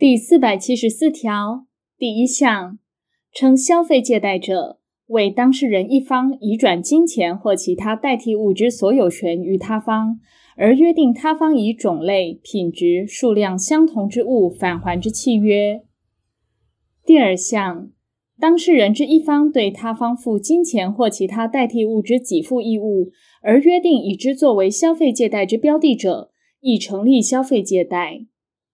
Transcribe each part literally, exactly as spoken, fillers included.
第四百七十四条第一项，称消费借贷者，为当事人一方移转金钱或其他代替物之所有权于他方，而约定他方以种类、品质、数量相同之物返还之契约。第二项，当事人之一方对他方负金钱或其他代替物之给付义务，而约定以之作为消费借贷之标的者，亦成立消费借贷。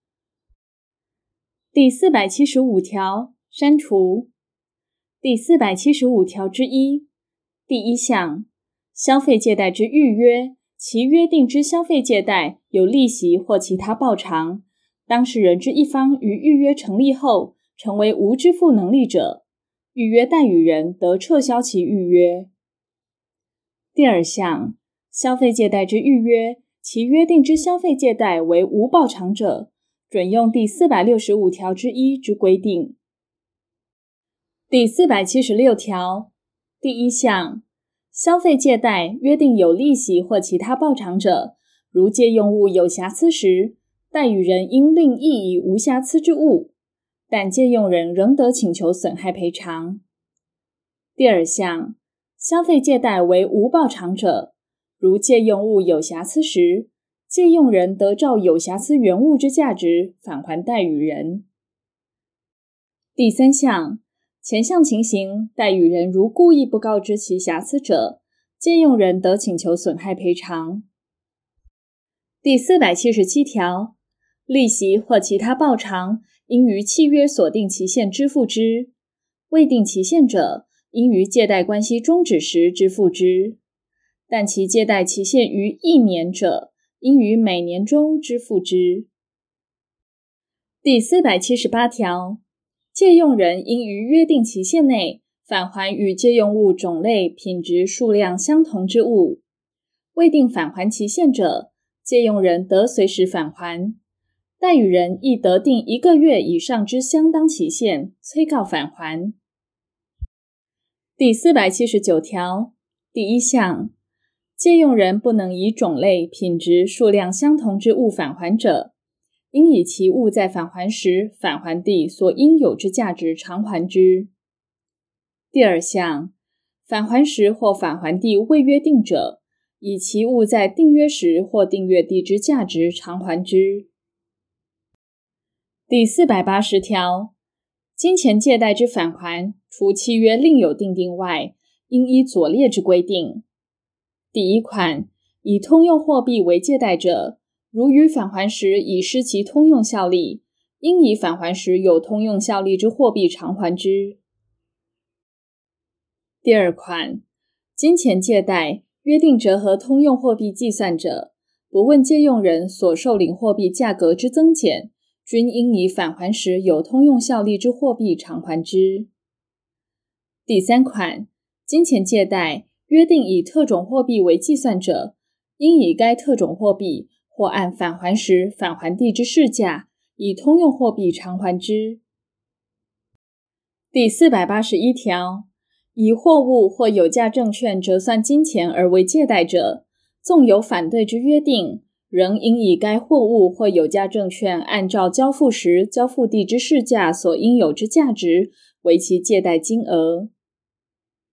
第四百七十五条删除。第四百七十五条之一第一项，消费借贷之预约，其约定之消费借贷有利息或其他报偿，当事人之一方于预约成立后成为无支付能力者，预约贷与人得撤销其预约。第二项，消费借贷之预约，其约定之消费借贷为无报偿者，准用第四百六十五条之一之规定。第四百七十六条第一项，消费借贷约定有利息或其他报偿者，如借用物有瑕疵时，贷与人应另议以无瑕疵之物，但借用人仍得请求损害赔偿。第二项，消费借贷为无报偿者，如借用物有瑕疵时，借用人得照有瑕疵原物之价值返还贷与人。第三项，前项情形，贷与人如故意不告知其瑕疵者，借用人得请求损害赔偿。第四百七十七条，利息或其他报偿，应于契约所定期限支付之，未定期限者，应于借贷关系终止时支付之，但其借贷期限于一年者，应于每年中支付之。第四百七十八条，借用人应于约定期限内返还与借用物种类、品质、数量相同之物，未定返还期限者，借用人得随时返还，贷与人亦得定一个月以上之相当期限，催告返还。第四百七十九条第一项，借用人不能以种类、品质、数量相同之物返还者，应以其物在返还时返还地所应有之价值偿还之。第二项，返还时或返还地未约定者，以其物在订约时或订约地之价值偿还之。第四百八十条，金钱借贷之返还，除契约另有订定外，应依左列之规定。第一款，以通用货币为借贷者，如于返还时已失其通用效力，应以返还时有通用效力之货币偿还之。第二款，金钱借贷约定折合通用货币计算者，不问借用人所受领货币价格之增减，均应以返还时有通用效力之货币偿还之。第三款，金钱借贷约定以特种货币为计算者，应以该特种货币或按返还时返还地之市价，以通用货币偿还之。第四百八十一条，以货物或有价证券折算金钱而为借贷者，纵有反对之约定，仍应以该货物或有价证券按照交付时交付地之市价所应有之价值为其借贷金额。